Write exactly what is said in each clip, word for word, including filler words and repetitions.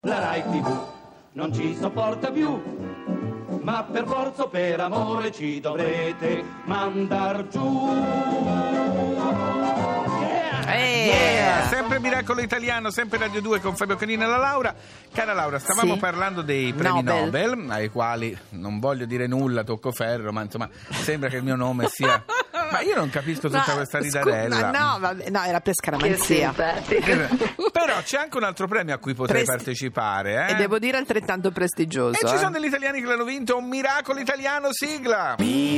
La Rai tivù non ci sopporta più, ma per forza o per amore ci dovrete mandar giù. Yeah! Yeah! Sempre Miracolo Italiano, sempre Radio due con Fabio Canino e la Laura. Cara Laura, stavamo Sì. parlando dei premi Nobel. Nobel, ai quali non voglio dire nulla, tocco ferro, ma insomma sembra che il mio nome sia... Ma io non capisco tutta Ma, questa scu- ridarella. ma no, vabbè, no, era per scaramanzia. Però c'è anche un altro premio a cui potrei Presti- partecipare, eh? E devo dire altrettanto prestigioso. E ci eh. sono degli italiani che l'hanno vinto, un Miracolo Italiano, sigla!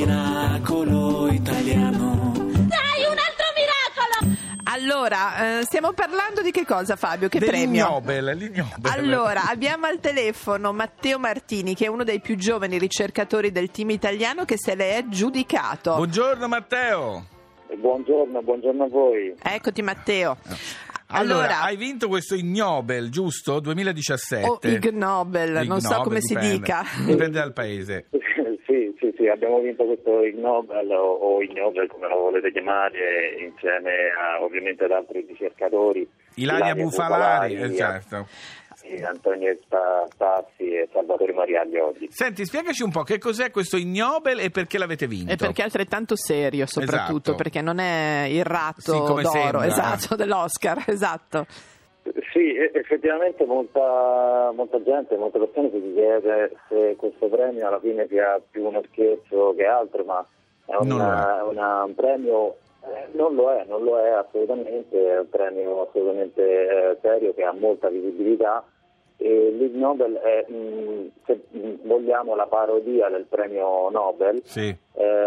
Miracolo Italiano. Dai, un altro miracolo! Allora, eh, stiamo parlando di che cosa, Fabio? Che Degli premio? Nobel, gli Nobel. Allora, abbiamo al telefono Matteo Martini, che è uno dei più giovani ricercatori del team italiano che se l'è aggiudicato. Buongiorno Matteo! Buongiorno, buongiorno a voi. Eccoti Matteo. Allora, Allora, hai vinto questo Ig Nobel, giusto? duemiladiciassette. o Ig Nobel, Ig non so Nobel, come dipende. si dica. Dipende dal paese. Sì, sì, sì, abbiamo vinto questo Ig Nobel o, o Ig Nobel come lo volete chiamare, insieme a, ovviamente ad altri ricercatori. Ilaria Bufalari, eh, certo. e Antonio Stassi e Salvatore Marialli oggi. Senti, spiegaci un po' che cos'è questo Ig Nobel e perché l'avete vinto. E perché è altrettanto serio, soprattutto, Esatto. perché non è il ratto Sì, come d'oro, sembra. esatto, dell'Oscar, esatto. Sì, e- effettivamente molta, molta gente, molte persone si chiede se questo premio alla fine sia più uno scherzo che altro, ma è, Non una- lo una- un premio, eh, non lo è, non lo è assolutamente, è un premio assolutamente eh, serio che ha molta visibilità e l'Ig Nobel è, mh, se mh, vogliamo, la parodia del premio Nobel. Sì.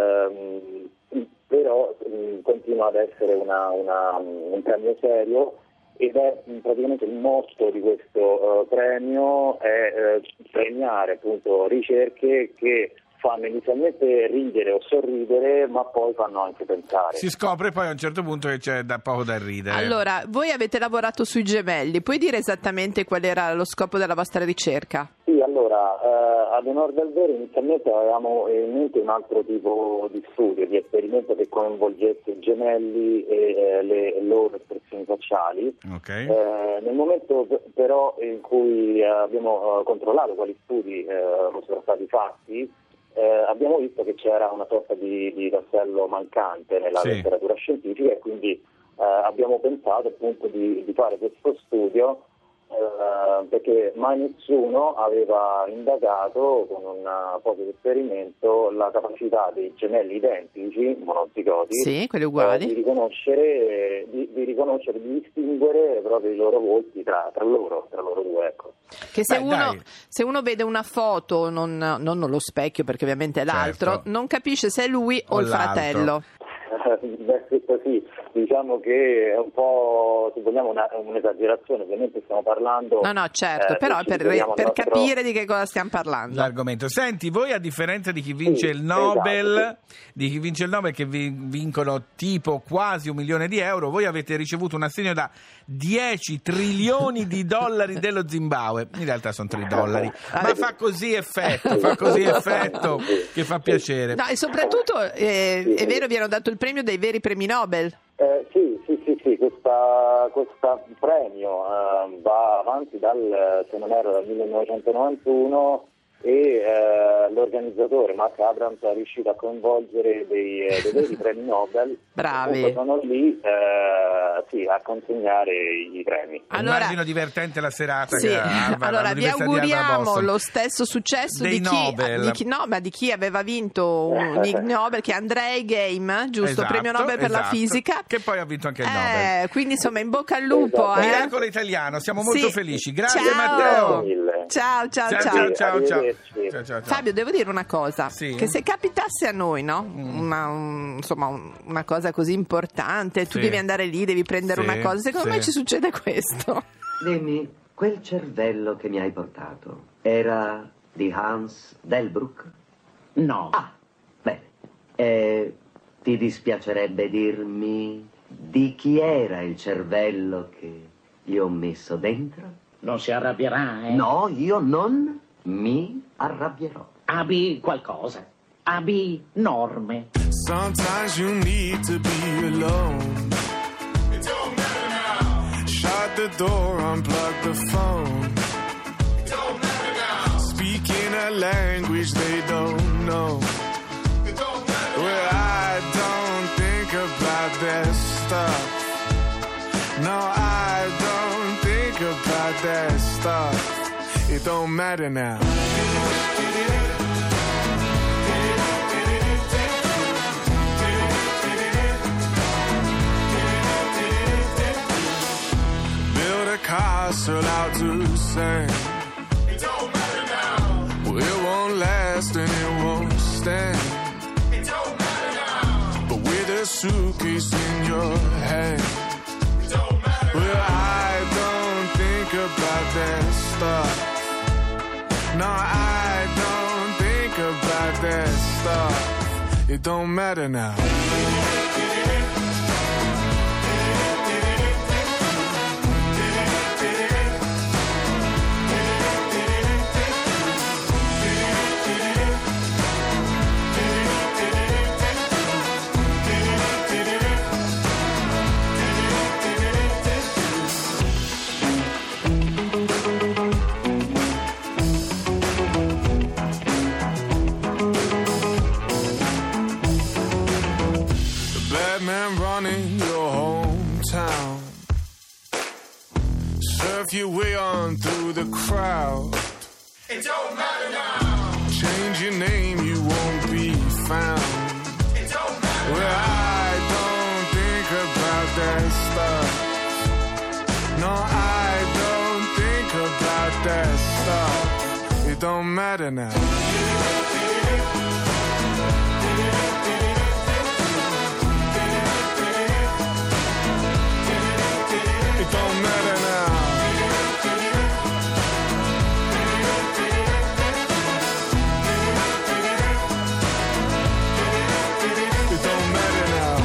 Ehm, però mh, continua ad essere una- una- un premio serio ed è mh, praticamente il motto di questo eh, premio è eh, premiare appunto ricerche che fanno inizialmente ridere o sorridere, ma poi fanno anche pensare. Si scopre poi a un certo punto che c'è da poco da ridere. Allora, voi avete lavorato sui gemelli, puoi dire esattamente qual era lo scopo della vostra ricerca? Sì, allora, eh, ad onor del vero inizialmente avevamo in mente un altro tipo di studio, di esperimento che coinvolgesse i gemelli e eh, le loro espressioni facciali. Ok. Eh, nel momento p- però in cui eh, abbiamo eh, controllato quali studi eh, sono stati fatti, eh, abbiamo visto che c'era una sorta di, di tassello mancante nella Sì. letteratura scientifica e quindi eh, abbiamo pensato appunto di, di fare questo studio eh, perché mai nessuno aveva indagato con un apposito esperimento la capacità dei gemelli identici, monozigoti, Sì, quelli eh, uguali. di riconoscere, di, di riconoscere, di distinguere proprio i loro volti tra, tra loro, tra loro due, ecco. Che se, Beh, uno, dai. se uno vede una foto, non, non lo specchio perché ovviamente è l'altro, Certo. non capisce se è lui o, O il l'altro. fratello. Beh, questo sì, diciamo che è un po', se vogliamo, una, un'esagerazione, ovviamente stiamo parlando... No, no, certo, eh, però ci per, riferiamo al per nostro- capire di che cosa stiamo parlando. L'argomento. Senti, voi a differenza di chi vince Sì, il Nobel, esatto, di chi vince il Nobel che vi- vincono tipo quasi un milione di euro, voi avete ricevuto un assegno da dieci trilioni di dollari dello Zimbabwe. In realtà sono tre dollari, ma fa così effetto, fa così effetto che fa piacere. No, e soprattutto, eh, è vero, vi hanno dato il premio dei veri premi Nobel. Eh, sì, sì, sì, sì, questa, questa premio eh, va avanti dal, se non erro, dal millenovecentonovantuno e eh, l'organizzatore Mark Abrams è riuscito a coinvolgere dei, eh, dei veri premi Nobel. Bravi. Appunto sono lì eh, sì, a consegnare i premi. Allora, Immagino divertente la serata sì, che a Harvard, allora vi all'Università di Harvard auguriamo Boston. lo stesso successo Dei di chi, Nobel. di chi- no, ma di chi aveva vinto un Ig Nobel, che è Andrei Game, giusto? Esatto, Premio Nobel per la esatto, fisica. che poi ha vinto anche il Eh, Nobel. quindi insomma in bocca al lupo. Esatto. Eh? Miracolo Italiano, siamo molto Sì. felici. Grazie Ciao. Matteo. Mille. Ciao, ciao, Ciao ciao. ciao ciao ciao. Arrivederci. Ciao, ciao, ciao. Fabio, devo dire una cosa, Sì? che se capitasse a noi, no? Una, un- insomma, un- una cosa così importante, tu Sì. devi andare lì, devi prendere Sì, una cosa, secondo sì. me ci succede questo. Dimmi, quel cervello che mi hai portato era di Hans Delbruck? No. Ah, bene. E ti dispiacerebbe dirmi di chi era il cervello che io ho messo dentro? Non si arrabbierà, eh? No, io non mi arrabbierò. Abbi qualcosa. Abbi norme. Sometimes you need to be alone. It don't matter now. Shut the door, unplug the phone. language they don't know. Well, I don't think about that stuff. No, I don't think about that stuff. It don't matter now. Build a castle out to sand. It don't matter now. Well, it won't last and it won't stand. It don't matter now. But with a suitcase in your hand. It don't matter. Well, I don't think about that stuff. No, I don't think about that stuff. It don't matter now. Running your hometown, surf your way on through the crowd. It don't matter now. Change your name, you won't be found. It don't matter. Well, I don't think about that stuff. No, I don't think about that stuff. It don't matter now. Don't matter now. It don't matter now.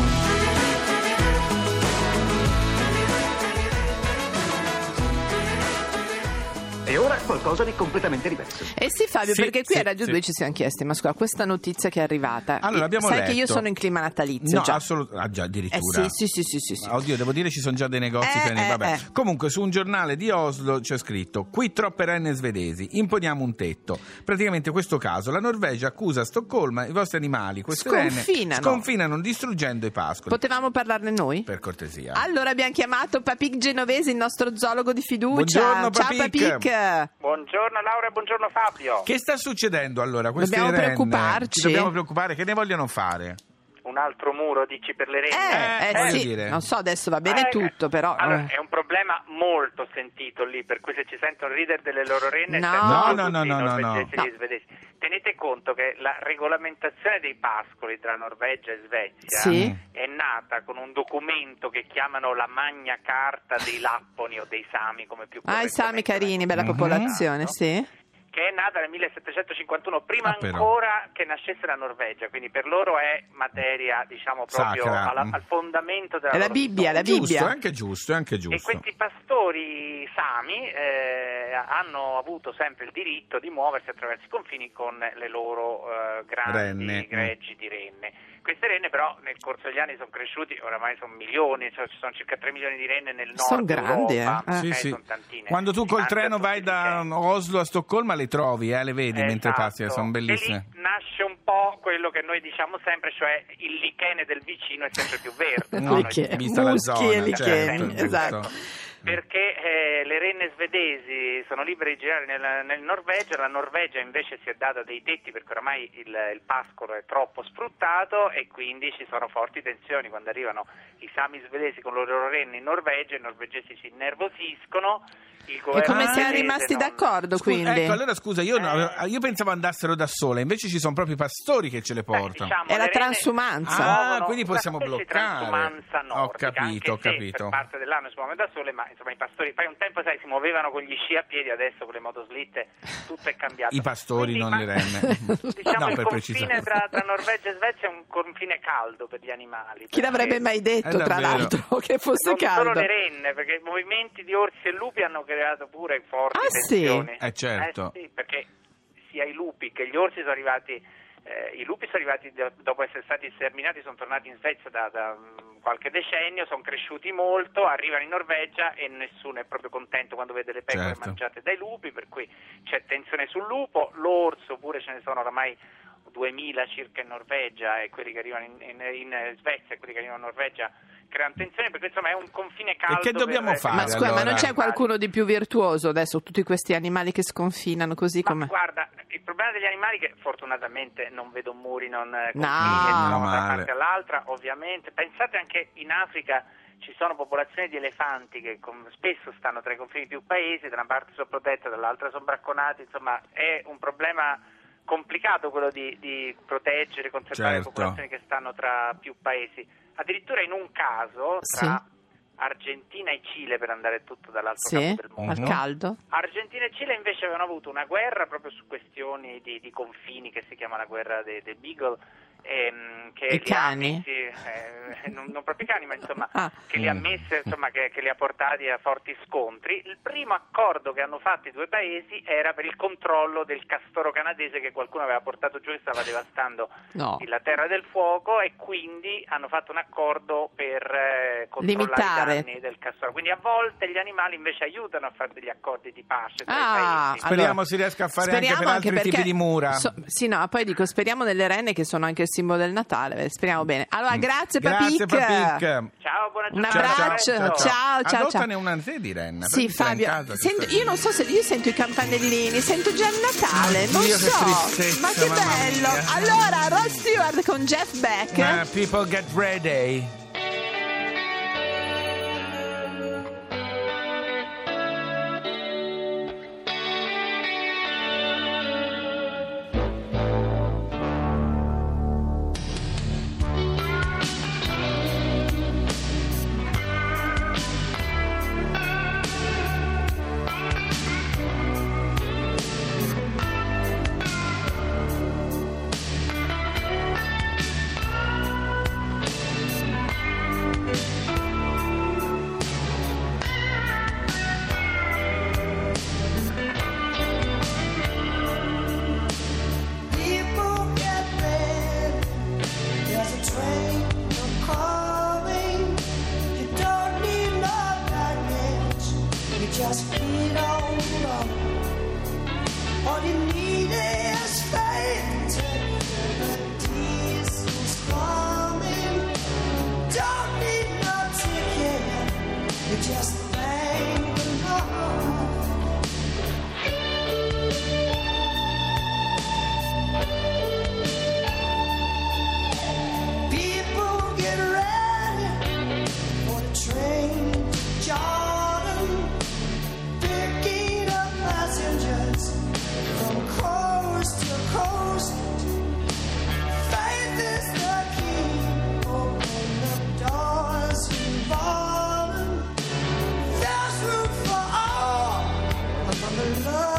E ora qualcosa di completamente diverso. Eh sì, Fabio, Sì, perché qui sì, a Radio sì. due ci siamo chiesti, ma scusa, questa notizia che è arrivata, Allora, abbiamo sai letto. che io sono in clima natalizio, No, già. assolutamente. Ah, già, Eh addirittura. sì, sì, sì, sì, sì, sì. Oddio, devo dire ci sono già dei negozi Eh, pieni. eh, Vabbè. eh. Comunque, su un giornale di Oslo c'è scritto: qui troppe renne svedesi, imponiamo un tetto. Praticamente questo caso, la Norvegia accusa Stoccolma, i vostri animali, queste Sconfinano. renne sconfinano distruggendo i pascoli. Potevamo parlarne noi? Per cortesia. Allora abbiamo chiamato Papik Genovesi, il nostro zoologo di fiducia. Buongiorno, Ciao Papik. Papik. Buongiorno Laura e buongiorno Fabio. Che sta succedendo allora? Queste Dobbiamo renne? preoccuparci? Ci dobbiamo preoccupare? Che ne vogliono fare? Un altro muro dici per le renne? Eh, eh, voglio sì, dire. non so, adesso va bene Eh, tutto, però... Allora, eh. è un problema molto sentito lì, per cui se ci sentono ridere delle loro renne No. sentono No, tutti no, no, i no, no, norvegesi no. e gli svedesi. Tenete conto che la regolamentazione dei pascoli tra Norvegia e Svezia Sì. è nata con un documento che chiamano la Magna Carta dei Lapponi o dei Sami, come più Ah, i Sami correttamente carini, bella Mhm. popolazione, sì. che è nata nel millesettecentocinquantuno, prima Ah, però. ancora che nascesse la Norvegia, quindi per loro è materia, diciamo, proprio Sacra. alla- al fondamento della È la loro Bibbia, la storia. Giusto, Bibbia. è anche giusto, è anche E giusto. questi pastori sami eh, hanno avuto sempre il diritto di muoversi attraverso i confini con le loro eh, grandi Renne. greggi di renne. Queste renne però nel corso degli anni sono cresciuti, oramai sono milioni, cioè ci sono circa tre milioni di renne nel nord Sono grandi, Europa. eh. Sì, Eh, sì. sono tantine. Quando tu col Anche treno a vai tutti da i livelli. Oslo a Stoccolma le trovi, eh, le vedi mentre Esatto. passi, sono bellissime. E lì nasce un po' quello che noi diciamo sempre, cioè il lichene del vicino è sempre più verde. no? Noi Liche- vista la muschi zona, e licheni, certo, giusto. esatto. Perché eh, le renne svedesi sono libere di girare nel, nel Norvegia, la Norvegia invece si è data dei tetti perché oramai il, il pascolo è troppo sfruttato e quindi ci sono forti tensioni quando arrivano i sami svedesi con le loro renne in Norvegia, i norvegesi si innervosiscono. Il E governo come siamo svedese rimasti non- d'accordo, Scusa, quindi? ecco, allora scusa, io, no- Eh. io pensavo andassero da sole, invece ci sono proprio i pastori che ce le Beh, portano. diciamo, È la le renne transumanza. Ah, muovono quindi possiamo una specie di bloccare. transumanza Ho nordica, capito, ho anche se capito. per parte dell'anno si muove da sole, ma insomma i pastori, poi un tempo sai si muovevano con gli sci a piedi, adesso con le motoslitte tutto è cambiato. I pastori, Quindi, non ma- le renne. Diciamo No, il per confine precisare. tra, tra Norvegia e Svezia è un confine caldo per gli animali. Chi l'avrebbe perché mai detto, È tra davvero. l'altro, che fosse non caldo? solo le renne, perché i movimenti di orsi e lupi hanno creato pure forti Ah, sì? tensioni. Eh, certo. Eh, sì, perché sia i lupi che gli orsi sono arrivati. Eh, I lupi sono arrivati do- dopo essere stati sterminati, sono tornati in Svezia da, da um, qualche decennio, sono cresciuti molto, arrivano in Norvegia e nessuno è proprio contento quando vede le pecore Certo. mangiate dai lupi, per cui c'è tensione sul sul lupo, l'orso pure ce ne sono oramai duemila circa in Norvegia, e quelli che arrivano in, in, in Svezia e quelli che arrivano in Norvegia creano tensione, perché insomma è un confine caldo. E che dobbiamo per, fare? Ma scusa, allora? ma non c'è qualcuno di più virtuoso adesso, tutti questi animali che sconfinano così Ma come... guarda, il problema degli animali è che fortunatamente non vedo muri, non confini, No. che sono da Male. una parte all'altra, ovviamente. Pensate anche in Africa ci sono popolazioni di elefanti che com- spesso stanno tra i confini di più paesi, da una parte sono protette, dall'altra sono bracconati, insomma è un problema complicato quello di, di proteggere, conservare Certo. le popolazioni che stanno tra più paesi. Addirittura in un caso tra Argentina e Cile, per andare tutto dall'altro Sì, capo del mondo, al caldo. Argentina e Cile invece avevano avuto una guerra proprio su questioni di, di confini, che si chiama la guerra dei, dei Beagle, ehm, che I li ha cani? messi, eh, non, non proprio i cani, ma insomma Ah. che li ha Mm. messi, insomma, che, che li ha portati a forti scontri. Il primo accordo che hanno fatto i due paesi era per il controllo del castoro canadese che qualcuno aveva portato giù e stava devastando No. la Terra del Fuoco, e quindi hanno fatto un accordo per eh, controllare Limitare. i danni del castoro. Quindi a volte gli animali invece aiutano a fare degli accordi di pace tra Ah, i paesi. Speriamo allora, si riesca a fare anche speriamo per altri perché- tipi di mura. so- sì, no, poi dico, speriamo nelle renne che sono anche il simbolo del Natale, eh, speriamo bene. Allora, grazie Grazie Papic. Papic. Ciao, buona Un giornata. abbraccio, ciao, ciao, ciao. Adottane una serie di renna. Sì, perché sei in Fabio, casa che sento- stai- io non so se io sento i campanellini, sento già il Natale, non Oddio, che so. tristezza, Ma che mamma bello! mia. Allora, Rod Stewart con Jeff Beck. Ah, people get ready. People get ready. There's a train coming. You don't need no baggage. You just need on road. All you need is faith. Eternity is coming. Don't need no ticket. You just thank the Lord. People get ready for the train to Jordan, picking up passengers from coast to coast. Faith is the key, open the doors involving. There's room for all, another love.